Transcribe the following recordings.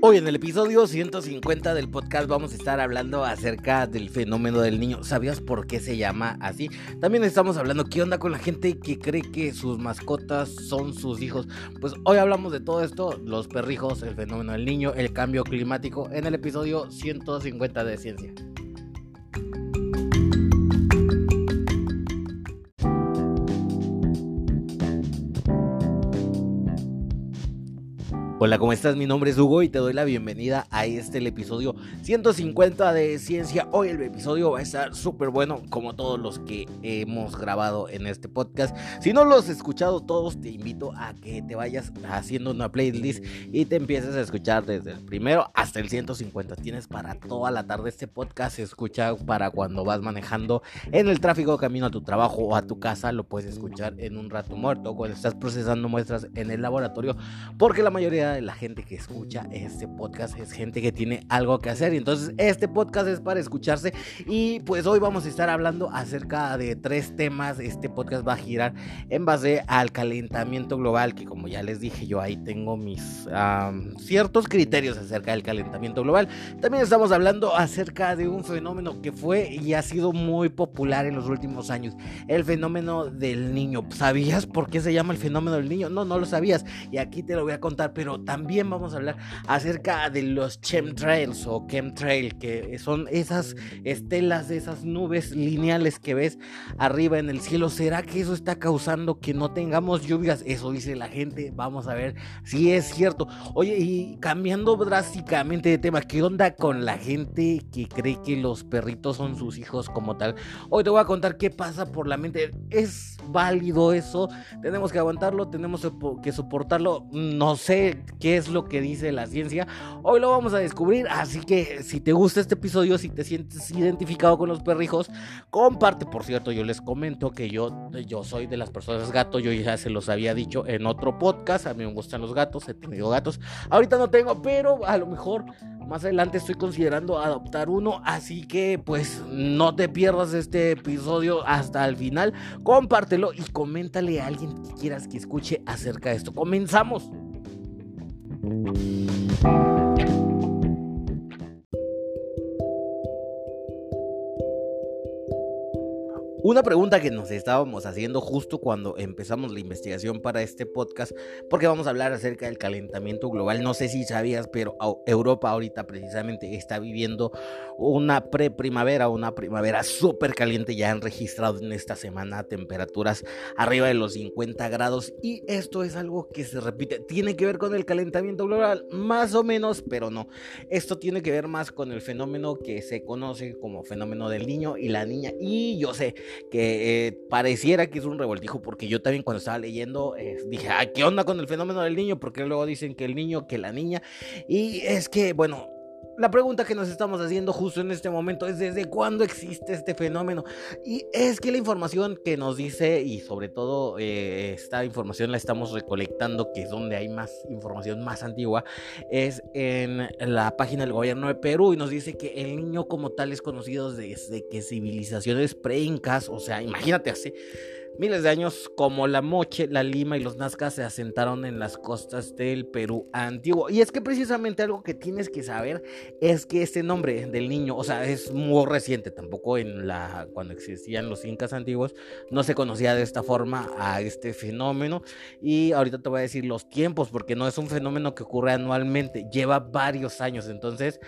Hoy en el episodio 150 del podcast vamos a estar hablando acerca del fenómeno del niño. ¿Sabías por qué se llama así? También estamos hablando qué onda con la gente que cree que sus mascotas son sus hijos. Pues hoy hablamos de todo esto, los perrijos, el fenómeno del niño, el cambio climático en el episodio 150 de Ciencia. Hola, ¿cómo estás? Mi nombre es Hugo y te doy la bienvenida a el episodio 150 de Ciencia. Hoy el episodio va a estar súper bueno, como todos los que hemos grabado en este podcast. Si no los has escuchado todos, te invito a que te vayas haciendo una playlist y te empieces a escuchar desde el primero hasta el 150. Tienes para toda la tarde este podcast. Se escucha para cuando vas manejando en el tráfico, camino a tu trabajo o a tu casa. Lo puedes escuchar en un rato muerto, cuando estás procesando muestras en el laboratorio, porque la mayoría de la gente que escucha este podcast es gente que tiene algo que hacer, y entonces este podcast es para escucharse. Y pues hoy vamos a estar hablando acerca de 3 temas. Este podcast va a girar en base al calentamiento global, que como ya les dije, yo ahí tengo mis ciertos criterios acerca del calentamiento global. También estamos hablando acerca de un fenómeno que fue y ha sido muy popular en los últimos años, el fenómeno del niño. ¿Sabías por qué se llama el fenómeno del niño? No lo sabías, y aquí te lo voy a contar. Pero también vamos a hablar acerca de los chemtrails o chemtrail, que son esas estelas, esas nubes lineales que ves arriba en el cielo. ¿Será que eso está causando que no tengamos lluvias? Eso dice la gente. Vamos a ver si es cierto. Oye, y cambiando drásticamente de tema, ¿qué onda con la gente que cree que los perritos son sus hijos como tal? Hoy te voy a contar qué pasa por la mente. ¿Es válido eso? ¿Tenemos que aguantarlo? ¿Tenemos que soportarlo? No sé qué es lo que dice la ciencia. Hoy lo vamos a descubrir, así que si te gusta este episodio, si te sientes identificado con los perrijos, comparte. Por cierto, yo les comento que yo soy de las personas gato. Yo ya se los había dicho en otro podcast. A mí me gustan los gatos, he tenido gatos. Ahorita no tengo, pero a lo mejor más adelante estoy considerando adoptar uno, así que pues no te pierdas este episodio hasta el final. Compártelo y coméntale a alguien que quieras que escuche acerca de esto. ¡Comenzamos! Una pregunta que nos estábamos haciendo justo cuando empezamos la investigación para este podcast, porque vamos a hablar acerca del calentamiento global. No sé si sabías, pero Europa ahorita precisamente está viviendo una preprimavera, una primavera súper caliente. Ya han registrado en esta semana temperaturas arriba de los 50 grados, y esto es algo que se repite. ¿Tiene que ver con el calentamiento global? Más o menos, pero no. Esto tiene que ver más con el fenómeno que se conoce como fenómeno del niño y la niña. Y yo sé que pareciera que es un revoltijo, porque yo también cuando estaba leyendo dije, ¿qué onda con el fenómeno del niño? Porque luego dicen que el niño, que la niña. Y es que, bueno, la pregunta que nos estamos haciendo justo en este momento es ¿desde cuándo existe este fenómeno? Y es que la información que nos dice, y sobre todo esta información la estamos recolectando, que es donde hay más información más antigua, es en la página del gobierno de Perú, y nos dice que el niño como tal es conocido desde que civilizaciones pre-incas, o sea, imagínate, hace miles de años, como la Moche, la Lima y los Nazcas se asentaron en las costas del Perú antiguo. Y es que precisamente algo que tienes que saber es que este nombre del niño, o sea, es muy reciente. Tampoco cuando existían los incas antiguos no se conocía de esta forma a este fenómeno. Y ahorita te voy a decir los tiempos, porque no es un fenómeno que ocurre anualmente, lleva varios años. Entonces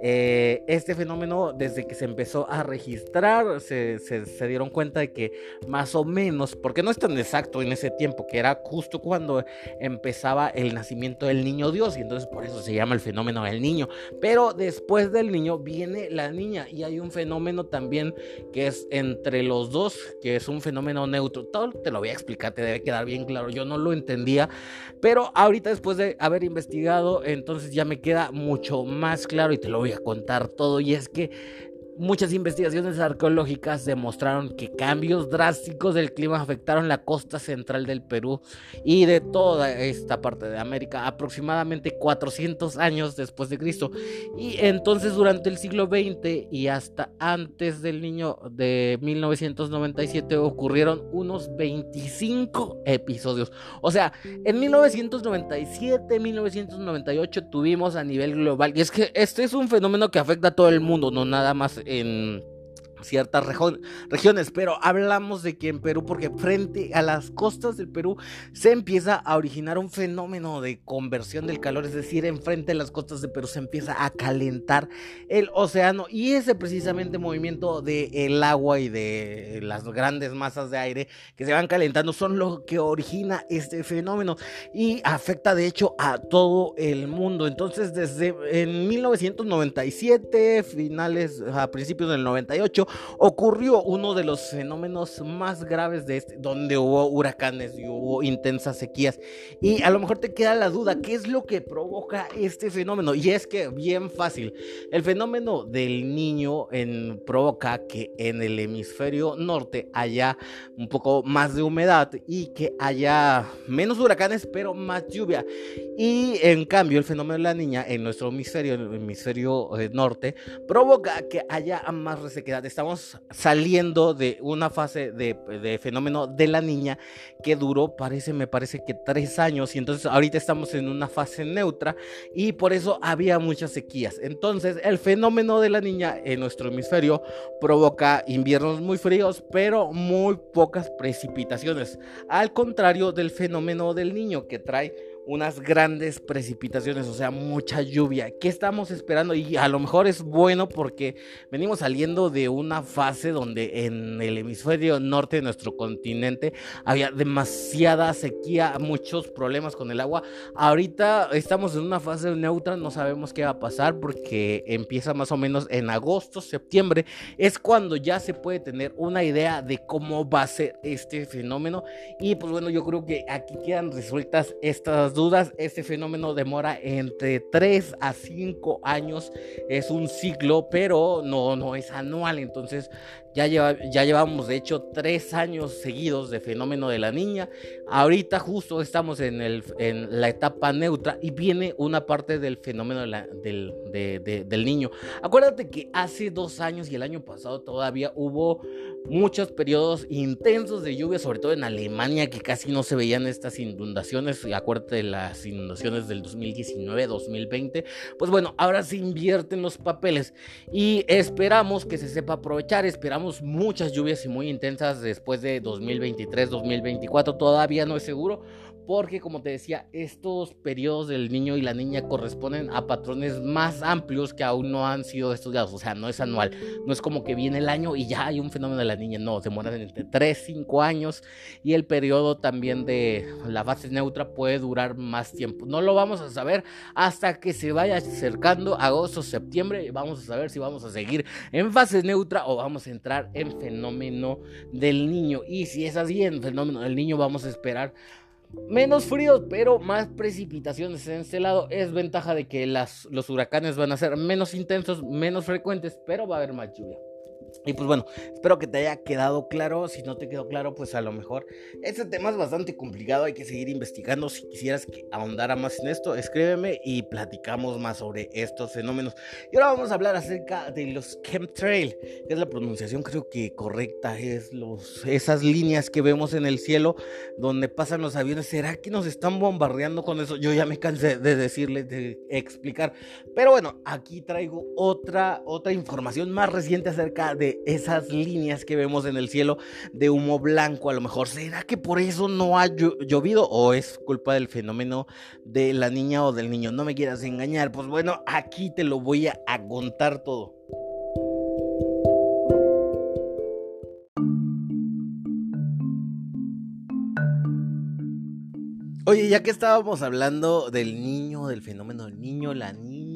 este fenómeno, desde que se empezó a registrar, se dieron cuenta de que más o menos, porque no es tan exacto en ese tiempo, que era justo cuando empezaba el nacimiento del niño Dios, y entonces por eso se llama el fenómeno del niño. Pero después del niño viene la niña, y hay un fenómeno también que es entre los dos, que es un fenómeno neutro. Todo te lo voy a explicar, te debe quedar bien claro. Yo no lo entendía, pero ahorita, después de haber investigado, entonces ya me queda mucho más claro y te lo voy a contar todo. Y es que Muchas investigaciones arqueológicas demostraron que cambios drásticos del clima afectaron la costa central del Perú y de toda esta parte de América aproximadamente 400 años después de Cristo. Y entonces durante el siglo XX y hasta antes del Niño de 1997 ocurrieron unos 25 episodios. O sea, en 1997, 1998 tuvimos a nivel global, y es que este es un fenómeno que afecta a todo el mundo, no nada más en ciertas regiones, pero hablamos de que en Perú, porque frente a las costas del Perú se empieza a originar un fenómeno de conversión del calor, es decir, enfrente de las costas de Perú se empieza a calentar el océano, y ese precisamente movimiento del agua y de las grandes masas de aire que se van calentando son lo que origina este fenómeno y afecta de hecho a todo el mundo. Entonces desde en 1997, a principios del 98, ocurrió uno de los fenómenos más graves de donde hubo huracanes y hubo intensas sequías. Y a lo mejor te queda la duda, ¿qué es lo que provoca este fenómeno? Y es que bien fácil, el fenómeno del Niño provoca que en el hemisferio norte haya un poco más de humedad y que haya menos huracanes pero más lluvia. Y en cambio el fenómeno de la Niña en nuestro hemisferio, el hemisferio norte, provoca que haya más resequedad. Estamos saliendo de una fase de fenómeno de la Niña que duró, me parece que 3 años, y entonces ahorita estamos en una fase neutra y por eso había muchas sequías. Entonces el fenómeno de la Niña en nuestro hemisferio provoca inviernos muy fríos pero muy pocas precipitaciones, al contrario del fenómeno del Niño, que trae unas grandes precipitaciones, o sea, mucha lluvia. ¿Qué estamos esperando? Y a lo mejor es bueno porque venimos saliendo de una fase donde en el hemisferio norte de nuestro continente había demasiada sequía, muchos problemas con el agua. Ahorita estamos en una fase neutra, no sabemos qué va a pasar porque empieza más o menos en agosto, septiembre, es cuando ya se puede tener una idea de cómo va a ser este fenómeno. Y pues bueno, yo creo que aquí quedan resueltas estas dudas. Este fenómeno demora entre 3 a 5 años, es un ciclo, pero no es anual. Entonces ya llevamos de hecho 3 años seguidos de fenómeno de la Niña. Ahorita justo estamos en la etapa neutra y viene una parte del fenómeno del Niño. Acuérdate que hace 2 años y el año pasado todavía hubo muchos periodos intensos de lluvia, sobre todo en Alemania, que casi no se veían estas inundaciones. Acuérdate de las inundaciones del 2019-2020. Pues bueno, ahora se invierten los papeles y esperamos que se sepa aprovechar. Esperamos muchas lluvias y muy intensas después de 2023-2024. Todavía no es seguro, porque como te decía, estos periodos del Niño y la Niña corresponden a patrones más amplios que aún no han sido estudiados. O sea, no es anual, no es como que viene el año y ya hay un fenómeno de la Niña. No, demoran entre 3 y 5 años, y el periodo también de la fase neutra puede durar más tiempo. No lo vamos a saber hasta que se vaya acercando agosto, septiembre. Vamos a saber si vamos a seguir en fase neutra o vamos a entrar en fenómeno del Niño. Y si es así, en fenómeno del Niño vamos a esperar menos fríos, pero más precipitaciones. En este lado es ventaja de que los huracanes van a ser menos intensos, menos frecuentes, pero va a haber más lluvia. Y pues bueno, espero que te haya quedado claro. Si no te quedó claro, pues a lo mejor este tema es bastante complicado, hay que seguir investigando. Si quisieras que ahondara más en esto, escríbeme y platicamos más sobre estos fenómenos. Y ahora vamos a hablar acerca de los chemtrail, que es la pronunciación creo que correcta, es esas líneas que vemos en el cielo donde pasan los aviones. ¿Será que nos están bombardeando con eso? Yo ya me cansé de decirles, de explicar, pero bueno, aquí traigo otra información más reciente acerca de esas líneas que vemos en el cielo de humo blanco. A lo mejor, ¿será que por eso no ha llovido o es culpa del fenómeno de la Niña o del Niño? No me quieras engañar. Pues bueno, aquí te lo voy a contar todo. Oye, ya que estábamos hablando del Niño, del fenómeno del Niño, la Niña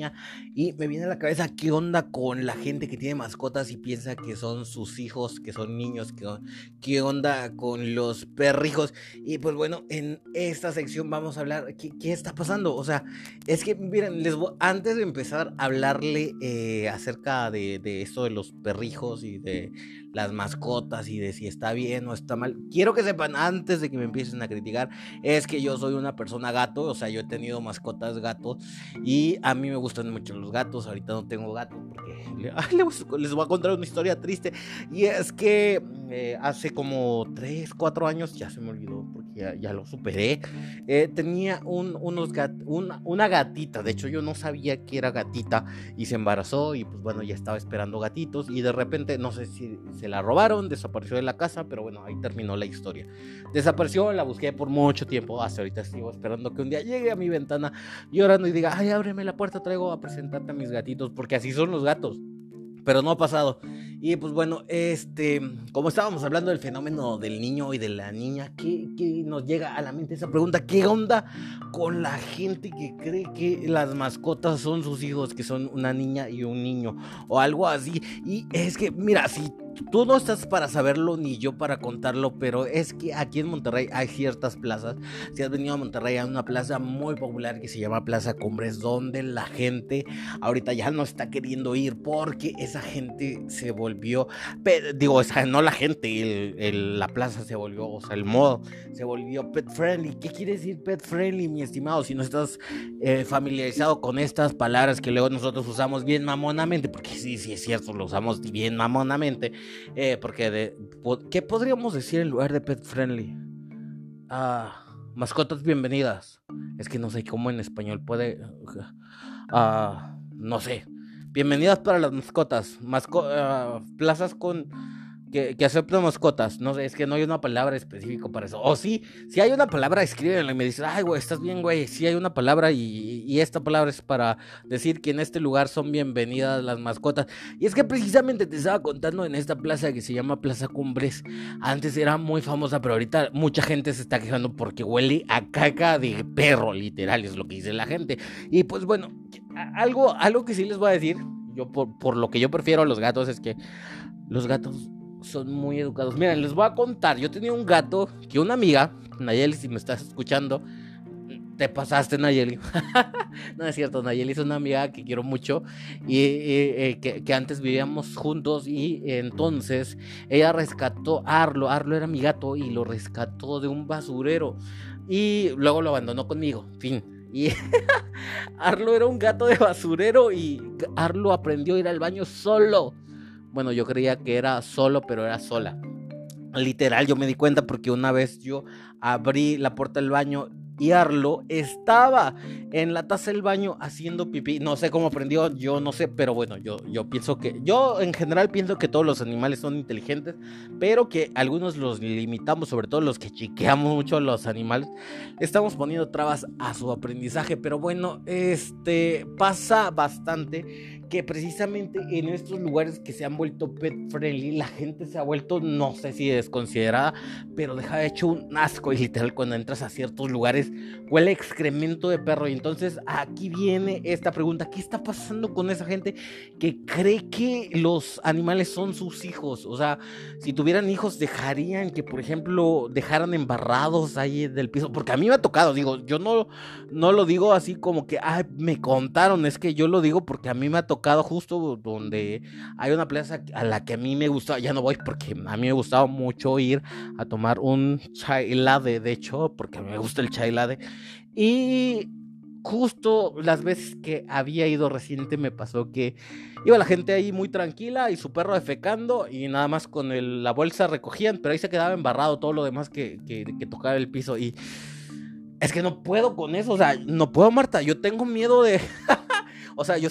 niña. Y me viene a la cabeza qué onda con la gente que tiene mascotas y piensa que son sus hijos, que son niños, qué onda con los perrijos. Y pues bueno, en esta sección vamos a hablar qué está pasando. O sea, es que miren, antes de empezar a hablarle acerca de esto de los perrijos y de las mascotas y de si está bien o está mal, quiero que sepan, antes de que me empiecen a criticar, es que yo soy una persona gato. O sea, yo he tenido mascotas gatos y a mí me gustan mucho los gatos. Ahorita no tengo gatos porque les voy a contar una historia triste. Y es que hace como 3, 4 años, ya se me olvidó porque ya lo superé, tenía una gatita. De hecho, yo no sabía que era gatita y se embarazó y pues bueno, ya estaba esperando gatitos y de repente, no sé si se la robaron, desapareció de la casa, pero bueno, ahí terminó la historia. Desapareció, la busqué por mucho tiempo, hasta ahorita sigo esperando que un día llegue a mi ventana llorando y diga, ay, ábreme la puerta, traigo a presentarte a mis gatitos, porque así son los gatos. Pero no ha pasado. Y pues bueno, como estábamos hablando del fenómeno del niño y de la niña, ¿qué nos llega a la mente esa pregunta? ¿Qué onda con la gente que cree que las mascotas son sus hijos, que son una niña y un niño o algo así? Y es que, mira, si tú no estás para saberlo ni yo para contarlo, pero es que aquí en Monterrey hay ciertas plazas. Si has venido a Monterrey, hay una plaza muy popular que se llama Plaza Cumbres, donde la gente ahorita ya no está queriendo ir porque esa gente se volvió, no la gente, la plaza se volvió, o sea, el modo se volvió pet friendly. ¿Qué quiere decir pet friendly, mi estimado? Si no estás familiarizado con estas palabras que luego nosotros usamos bien mamonamente, porque sí es cierto, lo usamos bien mamonamente. ¿Qué podríamos decir en lugar de pet friendly? Mascotas bienvenidas. Es que no sé cómo en español puede. No sé. Bienvenidas para las mascotas. Plazas que aceptan mascotas. No sé, es que no hay una palabra específica para eso. O sí hay una palabra, escríbenla y me dicen, ay, güey, estás bien, güey. Sí hay una palabra y esta palabra es para decir que en este lugar son bienvenidas las mascotas. Y es que precisamente te estaba contando en esta plaza que se llama Plaza Cumbres. Antes era muy famosa, pero ahorita mucha gente se está quejando porque huele a caca de perro, literal, es lo que dice la gente. Y pues bueno, algo que sí les voy a decir, yo por lo que yo prefiero a los gatos, es que los gatos son muy educados. Miren, les voy a contar. Yo tenía un gato que una amiga, Nayeli, si me estás escuchando, te pasaste, Nayeli. No es cierto, Nayeli es una amiga que quiero mucho y que antes vivíamos juntos, y entonces ella rescató a Arlo. Arlo era mi gato y lo rescató de un basurero y luego lo abandonó conmigo, fin. Y Arlo era un gato de basurero y Arlo aprendió a ir al baño solo. Bueno, yo creía que era solo, pero era sola. Literal, yo me di cuenta porque una vez yo abrí la puerta del baño y Arlo estaba en la taza del baño haciendo pipí. No sé cómo aprendió, yo no sé, pero bueno, yo en general pienso que todos los animales son inteligentes, pero que algunos los limitamos, sobre todo los que chiqueamos mucho a los animales, estamos poniendo trabas a su aprendizaje. Pero bueno, pasa bastante que precisamente en estos lugares que se han vuelto pet friendly, la gente se ha vuelto, no sé si desconsiderada, pero deja hecho un asco. Y literal, cuando entras a ciertos lugares huele excremento de perro. Y entonces aquí viene esta pregunta: ¿qué está pasando con esa gente que cree que los animales son sus hijos? O sea, si tuvieran hijos, dejarían que, por ejemplo, dejaran embarrados ahí del piso. Porque a mí me ha tocado, digo, yo no lo digo así como que me contaron, es que yo lo digo porque a mí me ha tocado justo donde hay una plaza a la que a mí me gustaba. Ya no voy porque a mí me gustaba mucho ir a tomar un chai latte, de hecho, porque a mí me gusta el chai latte. Y justo las veces que había ido reciente me pasó que iba la gente ahí muy tranquila y su perro defecando y nada más con la bolsa recogían, pero ahí se quedaba embarrado todo lo demás que tocaba el piso. Y es que no puedo con eso, o sea, no puedo, Marta, yo tengo miedo de... O sea,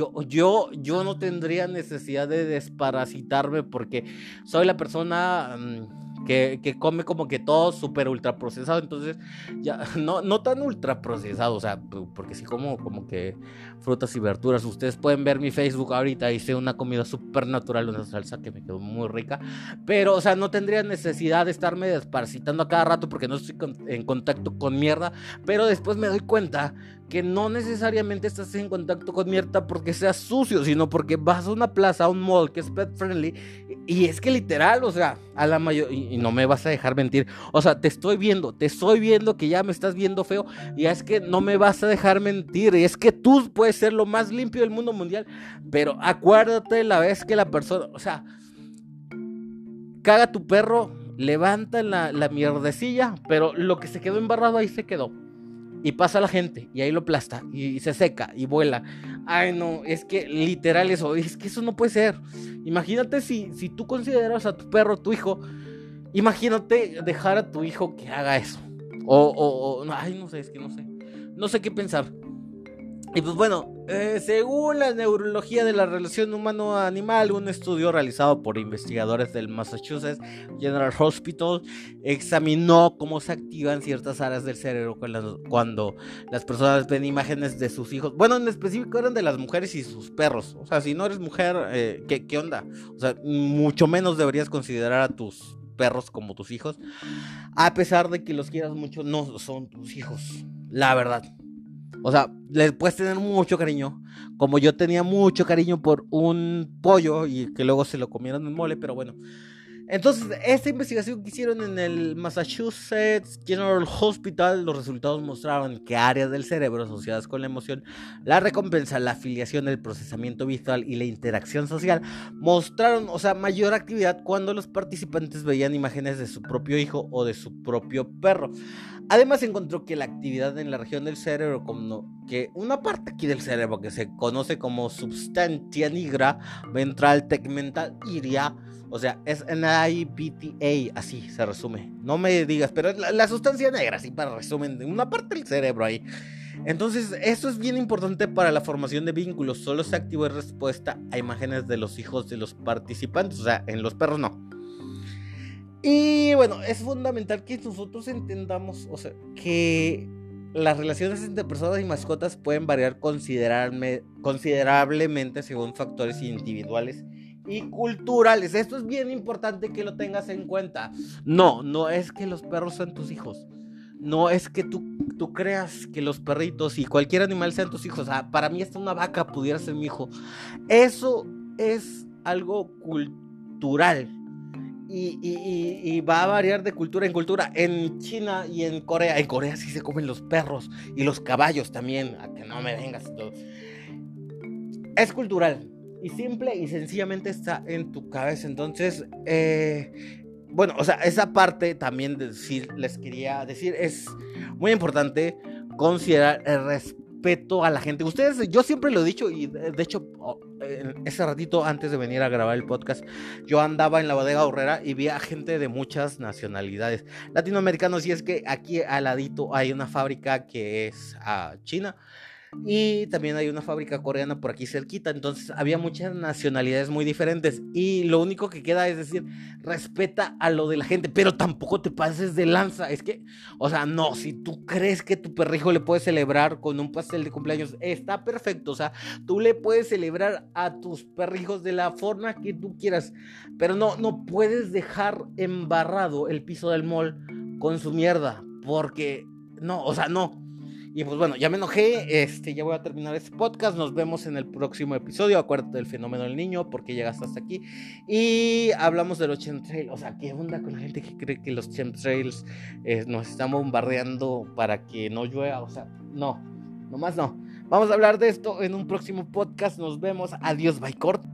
yo no tendría necesidad de desparasitarme porque soy la persona que come como que todo súper ultra procesado. Entonces, ya, no tan ultra procesado, o sea, porque sí como que frutas y verduras. Ustedes pueden ver mi Facebook ahorita, hice una comida súper natural, una salsa que me quedó muy rica. Pero, o sea, no tendría necesidad de estarme desparasitando a cada rato porque no estoy en contacto con mierda. Pero después me doy cuenta que no necesariamente estás en contacto con mierda porque sea sucio, sino porque vas a una plaza, a un mall que es pet friendly, y es que literal, o sea, a la mayor, y no me vas a dejar mentir, o sea, te estoy viendo que ya me estás viendo feo, y es que no me vas a dejar mentir, y es que tú puedes ser lo más limpio del mundo mundial, pero acuérdate la vez que la persona, o sea, caga tu perro, levanta la mierdecilla, pero lo que se quedó embarrado ahí se quedó. Y pasa la gente, y ahí lo aplasta, y se seca, y vuela. Ay, no, es que literal eso, es que eso no puede ser. Imagínate si tú consideras a tu perro tu hijo, imagínate dejar a tu hijo que haga eso. Ay, no sé, es que no sé. No sé qué pensar. Y pues bueno, según la neurología de la relación humano-animal, un estudio realizado por investigadores del Massachusetts General Hospital examinó cómo se activan ciertas áreas del cerebro cuando las personas ven imágenes de sus hijos. Bueno, en específico eran de las mujeres y sus perros. O sea, si no eres mujer, ¿qué onda? O sea, mucho menos deberías considerar a tus perros como tus hijos. A pesar de que los quieras mucho, no son tus hijos, la verdad. O sea, les puedes tener mucho cariño. Como yo tenía mucho cariño por un pollo y que luego se lo comieron en mole, pero bueno. Entonces, esta investigación que hicieron en el Massachusetts General Hospital, los resultados mostraron que áreas del cerebro asociadas con la emoción, la recompensa, la afiliación, el procesamiento visual y la interacción social mostraron, o sea, mayor actividad cuando los participantes veían imágenes de su propio hijo o de su propio perro. Además, encontró que la actividad en la región del cerebro, como que una parte aquí del cerebro que se conoce como substancia nigra ventral tegmental iria, o sea, es NIPTA, así se resume. No me digas, pero es la sustancia negra, así para resumen, de una parte del cerebro ahí. Entonces, esto es bien importante para la formación de vínculos. Solo se activó en respuesta a imágenes de los hijos de los participantes, o sea, en los perros no. Y bueno, es fundamental que nosotros entendamos, o sea, que las relaciones entre personas y mascotas pueden variar considerablemente según factores individuales y culturales. Esto es bien importante que lo tengas en cuenta. No es que los perros sean tus hijos. No es que tú creas que los perritos y cualquier animal sean tus hijos. O sea, para mí hasta una vaca pudiera ser mi hijo. Eso es algo cultural. Y va a variar de cultura en cultura. En China y en Corea sí se comen los perros y los caballos también. A que no me vengas. Es cultural y simple y sencillamente está en tu cabeza. Entonces, bueno, o sea, esa parte también les quería decir, es muy importante considerar el respeto a la gente. Ustedes, yo siempre lo he dicho y de hecho, ese ratito antes de venir a grabar el podcast, yo andaba en la bodega Aurrera y vi a gente de muchas nacionalidades, latinoamericanos, y es que aquí al ladito hay una fábrica que es china. Y también hay una fábrica coreana por aquí cerquita. Entonces había muchas nacionalidades muy diferentes. Y lo único que queda es decir, respeta a lo de la gente, pero tampoco te pases de lanza. Es que, o sea, no, si tú crees que tu perrijo le puedes celebrar con un pastel de cumpleaños, está perfecto. O sea, tú le puedes celebrar a tus perrijos de la forma que tú quieras. Pero no puedes dejar embarrado el piso del mall con su mierda. Porque, no, o sea, no. Y pues bueno, ya me enojé, ya voy a terminar este podcast, nos vemos en el próximo episodio, acuérdate del fenómeno del niño, porque llegaste hasta aquí, y hablamos de los chemtrails, o sea, ¿qué onda con la gente que cree que los chemtrails nos están bombardeando para que no llueva? O sea, no, nomás no. Vamos a hablar de esto en un próximo podcast, nos vemos, adiós, bye, corte.